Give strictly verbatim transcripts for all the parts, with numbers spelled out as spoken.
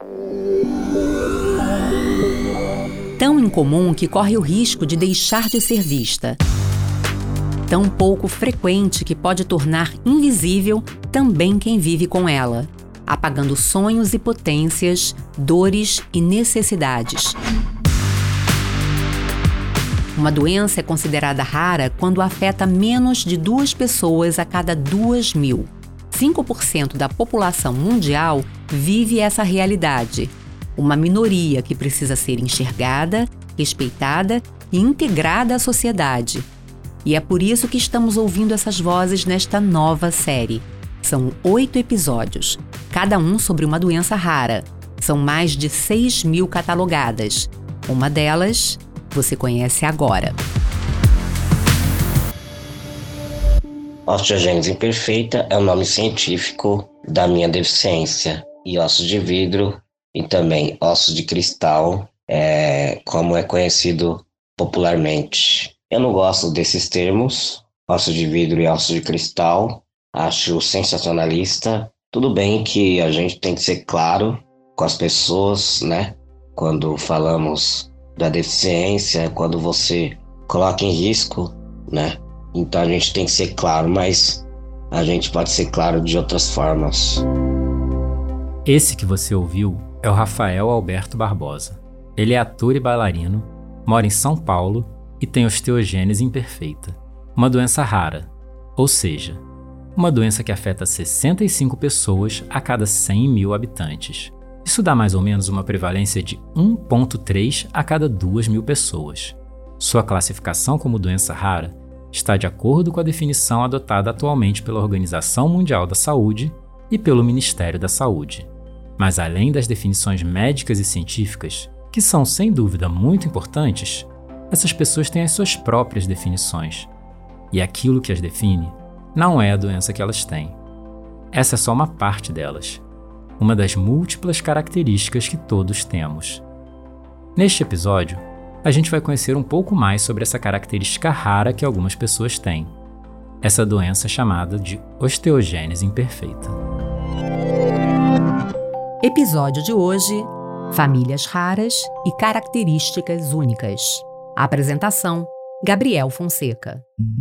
Tão incomum que corre o risco de deixar de ser vista. Tão pouco frequente que pode tornar invisível também quem vive com ela, apagando sonhos e potências, dores e necessidades. Uma doença é considerada rara quando afeta menos de duas pessoas a cada duas mil. cinco por cento da população mundial vive essa realidade. Uma minoria que precisa ser enxergada, respeitada e integrada à sociedade. E é por isso que estamos ouvindo essas vozes nesta nova série. São oito episódios, cada um sobre uma doença rara. São mais de seis mil catalogadas. Uma delas você conhece agora. Osteogênese imperfeita é o nome científico da minha deficiência. E ossos de vidro e também ossos de cristal, é, como é conhecido popularmente. Eu não gosto desses termos, ossos de vidro e ossos de cristal. Acho sensacionalista. Tudo bem que a gente tem que ser claro com as pessoas, né? Quando falamos da deficiência, quando você coloca em risco, né? Então a gente tem que ser claro, mas a gente pode ser claro de outras formas. Esse que você ouviu é o Rafael Alberto Barbosa. Ele é ator e bailarino, mora em São Paulo e tem osteogênese imperfeita, uma doença rara, ou seja, uma doença que afeta sessenta e cinco pessoas a cada cem mil habitantes. Isso dá mais ou menos uma prevalência de um vírgula três a cada duas mil pessoas. Sua classificação como doença rara está de acordo com a definição adotada atualmente pela Organização Mundial da Saúde e pelo Ministério da Saúde. Mas além das definições médicas e científicas, que são sem dúvida muito importantes, essas pessoas têm as suas próprias definições. E aquilo que as define não é a doença que elas têm. Essa é só uma parte delas, uma das múltiplas características que todos temos. Neste episódio, a gente vai conhecer um pouco mais sobre essa característica rara que algumas pessoas têm, essa doença chamada de osteogênese imperfeita. Episódio de hoje: Famílias raras e características únicas. A apresentação: Gabriel Fonseca.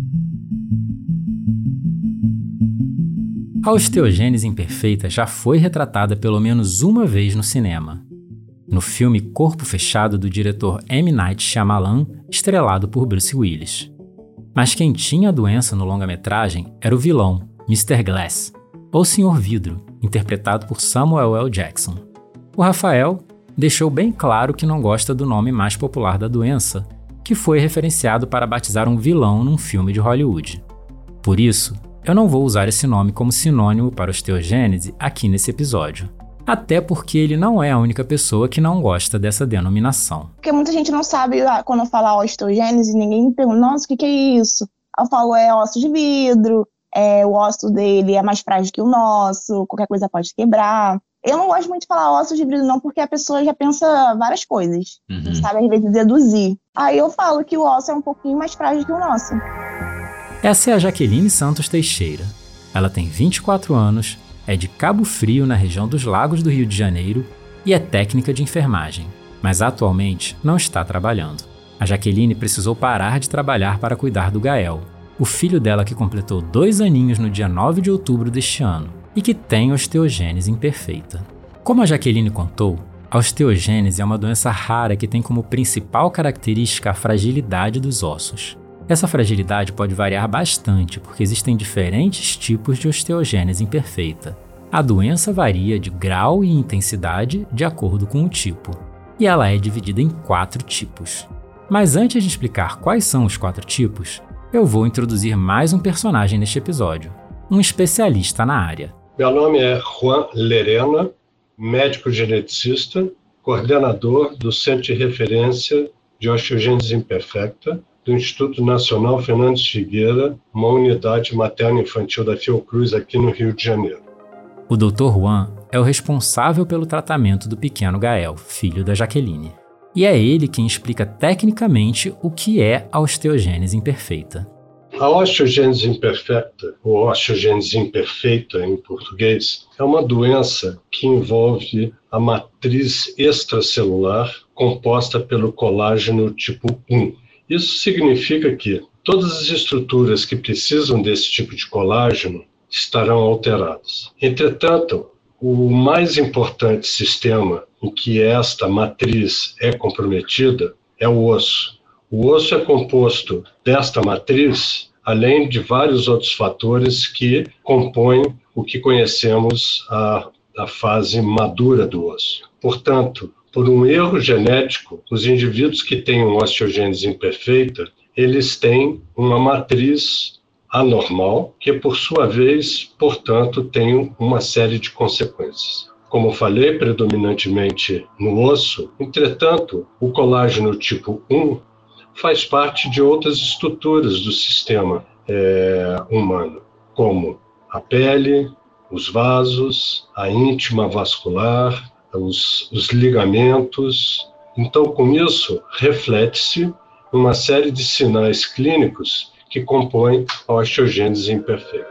A osteogênese imperfeita já foi retratada pelo menos uma vez no cinema, no filme Corpo Fechado do diretor M. Night Shyamalan, estrelado por Bruce Willis. Mas quem tinha a doença no longa-metragem era o vilão, mister Glass, ou senhor Vidro, interpretado por Samuel L. Jackson. O Rafael deixou bem claro que não gosta do nome mais popular da doença, que foi referenciado para batizar um vilão num filme de Hollywood. Por isso, eu não vou usar esse nome como sinônimo para osteogênese aqui nesse episódio. Até porque ele não é a única pessoa que não gosta dessa denominação. Porque muita gente não sabe, quando eu falo osteogênese, ninguém me pergunta, nossa, o que, que é isso? Eu falo, é osso de vidro, é, o osso dele é mais frágil que o nosso, qualquer coisa pode quebrar. Eu não gosto muito de falar osso de vidro não, porque a pessoa já pensa várias coisas, uhum. Sabe, às vezes deduzir. Aí eu falo que o osso é um pouquinho mais frágil que o nosso. Essa é a Jaqueline Santos Teixeira. Ela tem vinte e quatro anos, é de Cabo Frio, na região dos Lagos do Rio de Janeiro, e é técnica de enfermagem, mas atualmente não está trabalhando. A Jaqueline precisou parar de trabalhar para cuidar do Gael, o filho dela que completou dois aninhos no dia nove de outubro deste ano e que tem osteogênese imperfeita. Como a Jaqueline contou, a osteogênese é uma doença rara que tem como principal característica a fragilidade dos ossos. Essa fragilidade pode variar bastante porque existem diferentes tipos de osteogênese imperfeita. A doença varia de grau e intensidade de acordo com o tipo, e ela é dividida em quatro tipos. Mas antes de explicar quais são os quatro tipos, eu vou introduzir mais um personagem neste episódio, um especialista na área. Meu nome é Juan Lerena, médico geneticista, coordenador do Centro de Referência de Osteogênese Imperfeita do Instituto Nacional Fernandes Figueira, uma unidade materno-infantil da Fiocruz aqui no Rio de Janeiro. O doutor Juan é o responsável pelo tratamento do pequeno Gael, filho da Jaqueline. E é ele quem explica tecnicamente o que é a osteogênese imperfeita. A osteogênese imperfecta, ou osteogênese imperfeita em português, é uma doença que envolve a matriz extracelular composta pelo colágeno tipo um. Isso significa que todas as estruturas que precisam desse tipo de colágeno estarão alteradas. Entretanto, o mais importante sistema em que esta matriz é comprometida é o osso. O osso é composto desta matriz, além de vários outros fatores que compõem o que conhecemos a, a fase madura do osso. Portanto, por um erro genético, os indivíduos que têm uma osteogênese imperfeita, eles têm uma matriz anormal, que por sua vez, portanto, tem uma série de consequências. Como falei, predominantemente no osso, entretanto, o colágeno tipo um faz parte de outras estruturas do sistema é, humano, como a pele, os vasos, a íntima vascular, os, os ligamentos. Então, com isso, reflete-se uma série de sinais clínicos que compõem a osteogênese imperfeita.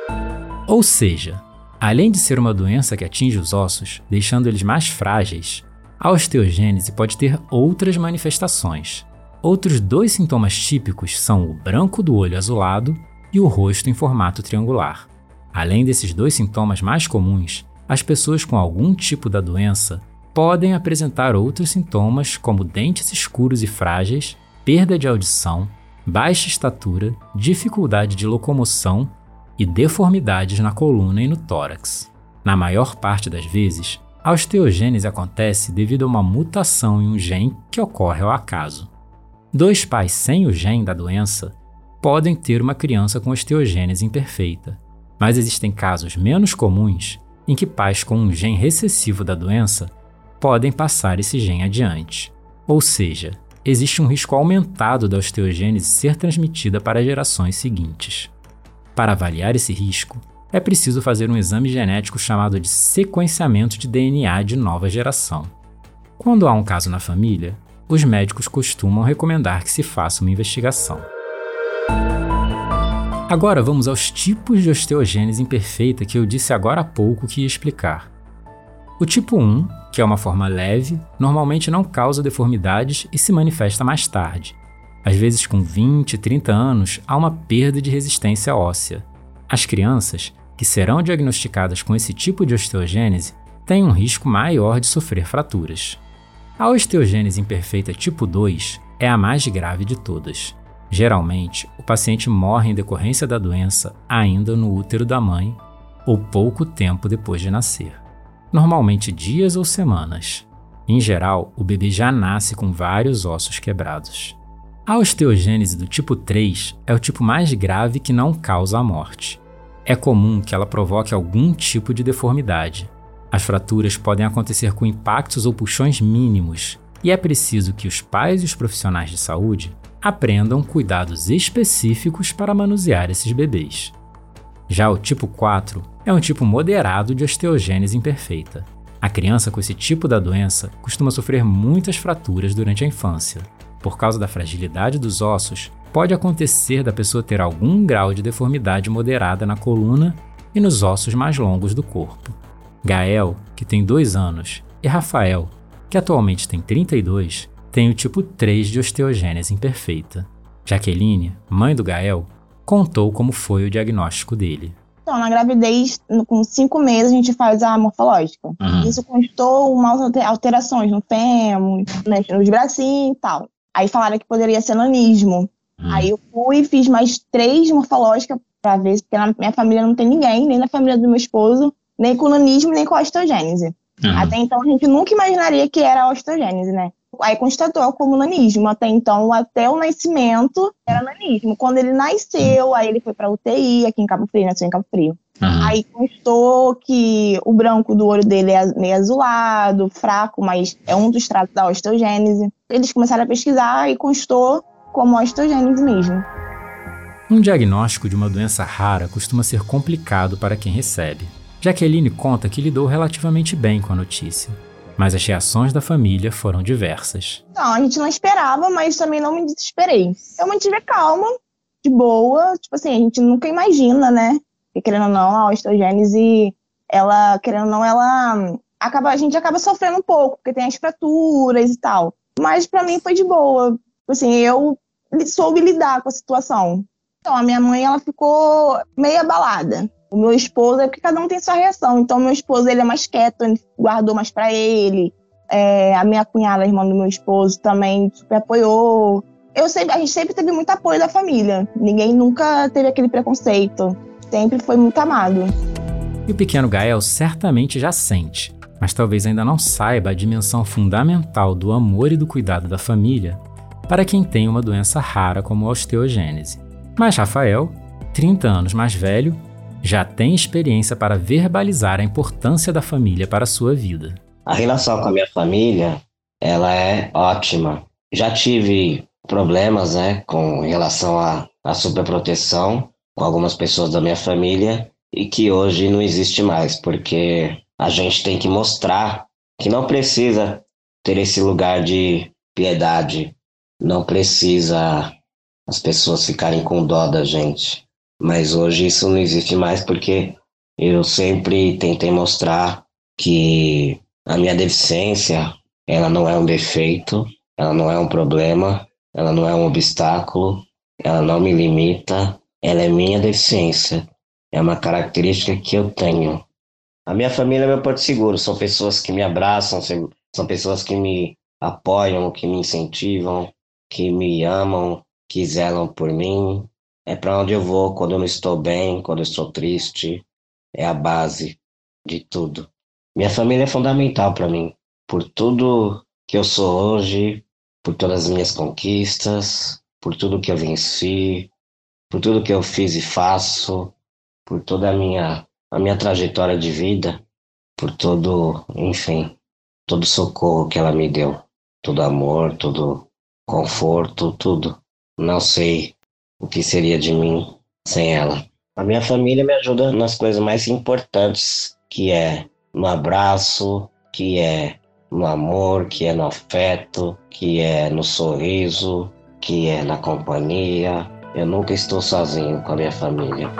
Ou seja, além de ser uma doença que atinge os ossos, deixando eles mais frágeis, a osteogênese pode ter outras manifestações. Outros dois sintomas típicos são o branco do olho azulado e o rosto em formato triangular. Além desses dois sintomas mais comuns, as pessoas com algum tipo da doença podem apresentar outros sintomas como dentes escuros e frágeis, perda de audição, baixa estatura, dificuldade de locomoção e deformidades na coluna e no tórax. Na maior parte das vezes, a osteogênese acontece devido a uma mutação em um gene que ocorre ao acaso. Dois pais sem o gene da doença podem ter uma criança com osteogênese imperfeita, mas existem casos menos comuns em que pais com um gene recessivo da doença podem passar esse gene adiante. Ou seja, existe um risco aumentado da osteogênese ser transmitida para gerações seguintes. Para avaliar esse risco, é preciso fazer um exame genético chamado de sequenciamento de D N A de nova geração. Quando há um caso na família, os médicos costumam recomendar que se faça uma investigação. Agora vamos aos tipos de osteogênese imperfeita que eu disse agora há pouco que ia explicar. O tipo um, que é uma forma leve, normalmente não causa deformidades e se manifesta mais tarde. Às vezes com vinte, trinta anos, há uma perda de resistência óssea. As crianças, que serão diagnosticadas com esse tipo de osteogênese, têm um risco maior de sofrer fraturas. A osteogênese imperfeita tipo dois é a mais grave de todas. Geralmente, o paciente morre em decorrência da doença ainda no útero da mãe ou pouco tempo depois de nascer. Normalmente dias ou semanas. Em geral, o bebê já nasce com vários ossos quebrados. A osteogênese do tipo três é o tipo mais grave que não causa a morte. É comum que ela provoque algum tipo de deformidade. As fraturas podem acontecer com impactos ou puxões mínimos, e é preciso que os pais e os profissionais de saúde aprendam cuidados específicos para manusear esses bebês. Já o tipo quatro é um tipo moderado de osteogênese imperfeita. A criança com esse tipo da doença costuma sofrer muitas fraturas durante a infância. Por causa da fragilidade dos ossos, pode acontecer da pessoa ter algum grau de deformidade moderada na coluna e nos ossos mais longos do corpo. Gael, que tem dois anos, e Rafael, que atualmente tem trinta e dois, tem o tipo três de osteogênese imperfeita. Jaqueline, mãe do Gael, contou como foi o diagnóstico dele. Então, na gravidez, com cinco meses, a gente faz a morfológica. Uhum. Isso constou umas alterações no fêmur, né, nos bracinhos e tal. Aí falaram que poderia ser nanismo. Uhum. Aí eu fui e fiz mais três morfológicas pra ver, porque na minha família não tem ninguém, nem na família do meu esposo, nem com nanismo, nem com osteogênese. Uhum. Até então, a gente nunca imaginaria que era osteogênese, né? Aí constatou como nanismo. Até então, até o nascimento, era nanismo. Quando ele nasceu, aí ele foi pra U T I, aqui em Cabo Frio, nasceu em Cabo Frio. Uhum. Aí constou que o branco do olho dele é meio azulado, fraco, mas é um dos traços da osteogênese. Eles começaram a pesquisar e constou como osteogênese mesmo. Um diagnóstico de uma doença rara costuma ser complicado para quem recebe. Jaqueline conta que lidou relativamente bem com a notícia, mas as reações da família foram diversas. Não, a gente não esperava, mas também não me desesperei. Eu mantive calma, de boa, tipo assim, a gente nunca imagina, né? E querendo ou não, a osteogênese, ela, querendo ou não, ela acaba, a gente acaba sofrendo um pouco, porque tem as fraturas e tal. Mas pra mim foi de boa. Tipo assim, eu soube lidar com a situação. Então, a minha mãe, ela ficou meio abalada. O meu esposo, é porque cada um tem sua reação. Então, meu esposo, ele é mais quieto, ele guardou mais pra ele. É, a minha cunhada, a irmã do meu esposo, também super apoiou. Eu sempre, a gente sempre teve muito apoio da família. Ninguém nunca teve aquele preconceito. Sempre foi muito amado. E o pequeno Gael certamente já sente, mas talvez ainda não saiba a dimensão fundamental do amor e do cuidado da família para quem tem uma doença rara como a osteogênese. Mas Rafael, trinta anos mais velho, já tem experiência para verbalizar a importância da família para a sua vida. A relação com a minha família, ela é ótima. Já tive problemas, né, com relação à, à superproteção com algumas pessoas da minha família e que hoje não existe mais, porque a gente tem que mostrar que não precisa ter esse lugar de piedade, não precisa as pessoas ficarem com dó da gente. Mas hoje isso não existe mais porque eu sempre tentei mostrar que a minha deficiência, ela não é um defeito, ela não é um problema, ela não é um obstáculo, ela não me limita, ela é minha deficiência, é uma característica que eu tenho. A minha família é meu porto seguro, são pessoas que me abraçam, são pessoas que me apoiam, que me incentivam, que me amam, que zelam por mim. É para onde eu vou quando eu não estou bem, quando eu estou triste, é a base de tudo. Minha família é fundamental para mim, por tudo que eu sou hoje, por todas as minhas conquistas, por tudo que eu venci, por tudo que eu fiz e faço, por toda a minha, a minha trajetória de vida, por todo, enfim, todo socorro que ela me deu, todo amor, todo conforto, tudo. Não sei o que seria de mim sem ela. A minha família me ajuda nas coisas mais importantes, que é no abraço, que é no amor, que é no afeto, que é no sorriso, que é na companhia. Eu nunca estou sozinho com a minha família.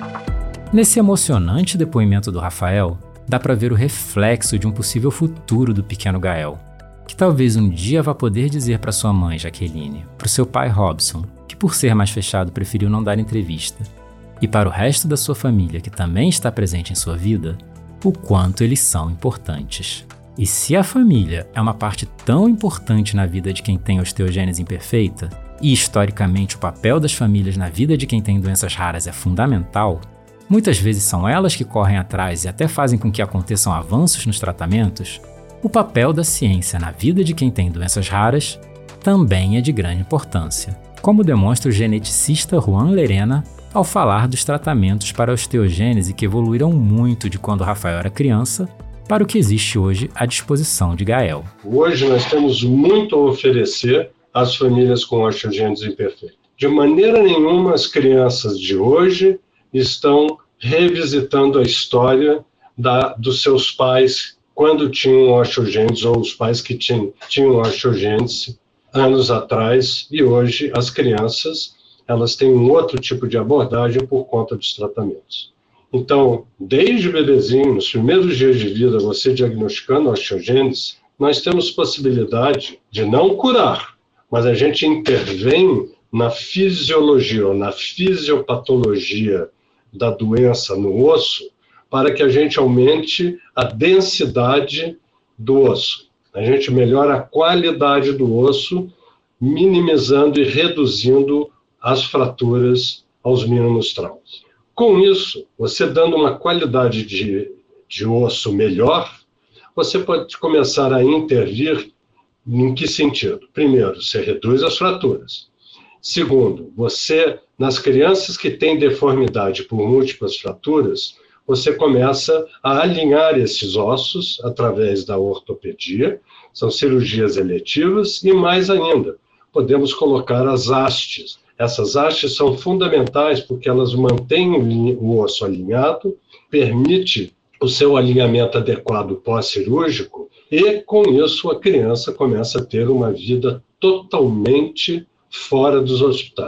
Nesse emocionante depoimento do Rafael, dá para ver o reflexo de um possível futuro do pequeno Gael, que talvez um dia vá poder dizer para sua mãe, Jaqueline, para o seu pai, Robson, que por ser mais fechado preferiu não dar entrevista, e para o resto da sua família, que também está presente em sua vida, o quanto eles são importantes. E se a família é uma parte tão importante na vida de quem tem osteogênese imperfeita, e historicamente o papel das famílias na vida de quem tem doenças raras é fundamental, muitas vezes são elas que correm atrás e até fazem com que aconteçam avanços nos tratamentos, o papel da ciência na vida de quem tem doenças raras também é de grande importância, como demonstra o geneticista Juan Lerena ao falar dos tratamentos para a osteogênese que evoluíram muito de quando Rafael era criança para o que existe hoje à disposição de Gael. Hoje nós temos muito a oferecer às famílias com osteogênese imperfeita. De maneira nenhuma as crianças de hoje estão revisitando a história da, dos seus pais quando tinham osteogênese, ou os pais que tinham, tinham osteogênese anos atrás, e hoje as crianças elas têm um outro tipo de abordagem por conta dos tratamentos. Então, desde bebezinho, nos primeiros dias de vida, você diagnosticando osteogênese, nós temos possibilidade de não curar, mas a gente intervém na fisiologia, ou na fisiopatologia da doença no osso, para que a gente aumente a densidade do osso. A gente melhora a qualidade do osso, minimizando e reduzindo as fraturas aos mínimos traumas. Com isso, você dando uma qualidade de, de osso melhor, você pode começar a intervir em que sentido? Primeiro, você reduz as fraturas. Segundo, você, nas crianças que têm deformidade por múltiplas fraturas, você começa a alinhar esses ossos através da ortopedia, são cirurgias eletivas, e mais ainda, podemos colocar as hastes. Essas hastes são fundamentais porque elas mantêm o osso alinhado, permite o seu alinhamento adequado pós-cirúrgico, e com isso a criança começa a ter uma vida totalmente fora dos hospitais.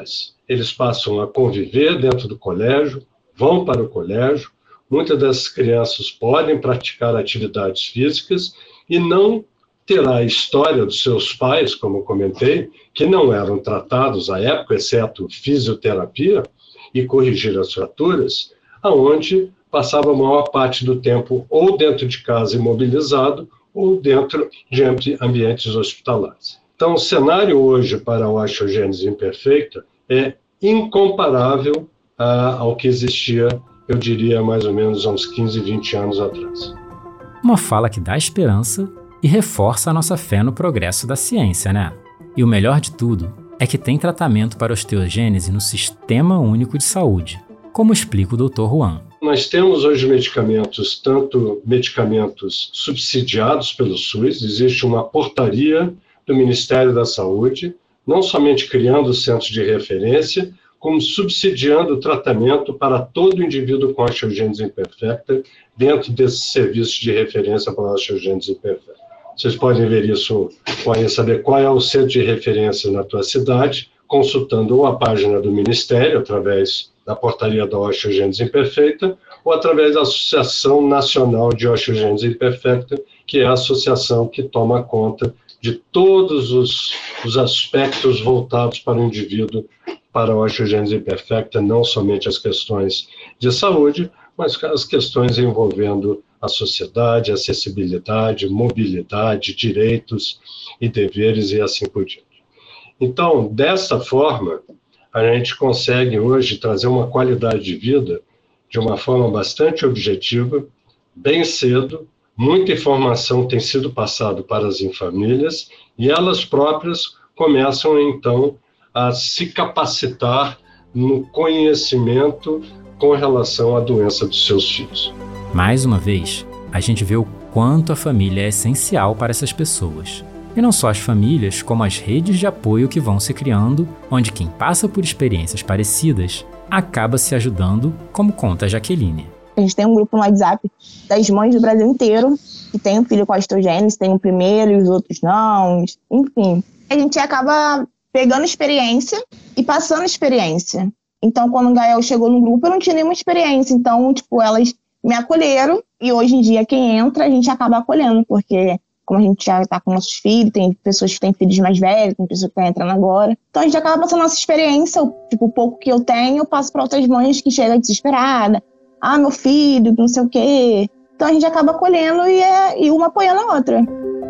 eles passam a conviver dentro do colégio, vão para o colégio, muitas dessas crianças podem praticar atividades físicas e não terá a história dos seus pais, como eu comentei, que não eram tratados à época, exceto fisioterapia e corrigir as fraturas, aonde passava a maior parte do tempo ou dentro de casa imobilizado ou dentro de ambientes hospitalares. Então, o cenário hoje para a osteogênese imperfeita é incomparável a, ao que existia, eu diria, mais ou menos há uns quinze, vinte anos atrás. Uma fala que dá esperança e reforça a nossa fé no progresso da ciência, né? E o melhor de tudo é que tem tratamento para osteogênese no Sistema Único de Saúde, como explica o doutor Juan. Nós temos hoje medicamentos, tanto medicamentos subsidiados pelo SUS, existe uma portaria do Ministério da Saúde, não somente criando centros de referência, como subsidiando o tratamento para todo indivíduo com osteogênese imperfecta dentro desses serviços de referência para a osteogênese imperfecta. Vocês podem ver isso, podem saber qual é o centro de referência na tua cidade, consultando ou a página do Ministério, através da portaria da osteogênese imperfeita, ou através da Associação Nacional de Osteogênese Imperfecta, que é a associação que toma conta de todos os, os aspectos voltados para o indivíduo para a osteogênese imperfecta, não somente as questões de saúde, mas as questões envolvendo a sociedade, acessibilidade, mobilidade, direitos e deveres e assim por diante. Então, dessa forma, a gente consegue hoje trazer uma qualidade de vida de uma forma bastante objetiva, bem cedo, muita informação tem sido passada para as famílias e elas próprias começam, então, a se capacitar no conhecimento com relação à doença dos seus filhos. Mais uma vez, a gente vê o quanto a família é essencial para essas pessoas. E não só as famílias, como as redes de apoio que vão se criando, onde quem passa por experiências parecidas acaba se ajudando, como conta a Jaqueline. A gente tem um grupo no WhatsApp das mães do Brasil inteiro que tem um filho com osteogênese, tem o primeiro e os outros não, enfim. A gente acaba pegando experiência e passando experiência. Então, quando o Gael chegou no grupo, eu não tinha nenhuma experiência. Então, tipo, elas me acolheram e hoje em dia quem entra, a gente acaba acolhendo, porque como a gente já está com nossos filhos, tem pessoas que têm filhos mais velhos, tem pessoas que estão entrando agora. Então, a gente acaba passando nossa experiência, tipo, o pouco que eu tenho, eu passo para outras mães que chegam desesperadas. Ah, meu filho, não sei o quê. Então, a gente acaba acolhendo e, é, e uma apoiando a outra.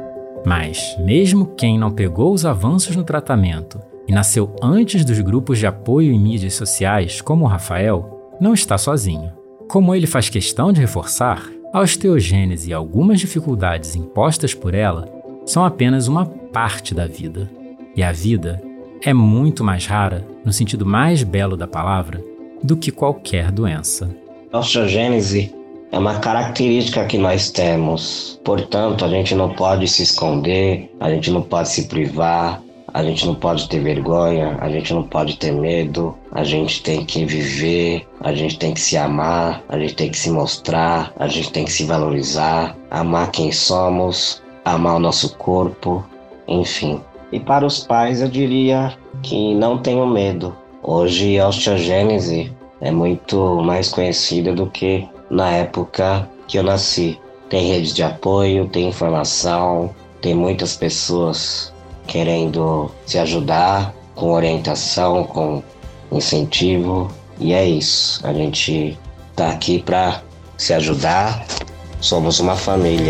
Mas, mesmo quem não pegou os avanços no tratamento e nasceu antes dos grupos de apoio em mídias sociais, como o Rafael, não está sozinho. Como ele faz questão de reforçar, a osteogênese e algumas dificuldades impostas por ela são apenas uma parte da vida. E a vida é muito mais rara, no sentido mais belo da palavra, do que qualquer doença. A osteogênese é uma característica que nós temos. Portanto, a gente não pode se esconder, a gente não pode se privar, a gente não pode ter vergonha, a gente não pode ter medo, a gente tem que viver, a gente tem que se amar, a gente tem que se mostrar, a gente tem que se valorizar, amar quem somos, amar o nosso corpo, enfim. E para os pais eu diria que não tenham medo. Hoje a osteogênese é muito mais conhecida do que na época que eu nasci. Tem redes de apoio, tem informação, tem muitas pessoas querendo se ajudar com orientação, com incentivo, e é isso. A gente está aqui para se ajudar, somos uma família.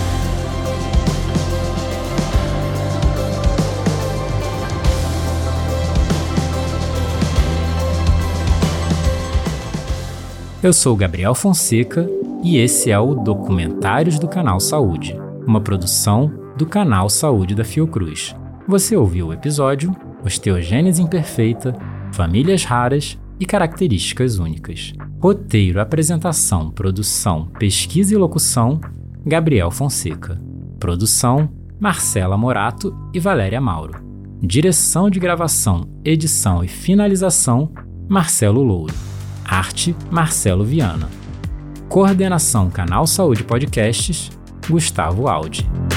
Eu sou Gabriel Fonseca e esse é o Documentários do Canal Saúde, uma produção do Canal Saúde da Fiocruz. Você ouviu o episódio Osteogênese Imperfeita, Famílias Raras e Características Únicas. Roteiro, apresentação, produção, pesquisa e locução, Gabriel Fonseca. Produção, Marcela Morato e Valéria Mauro. Direção de gravação, edição e finalização, Marcelo Louro. Arte, Marcelo Viana. Coordenação Canal Saúde Podcasts, Gustavo Aldi.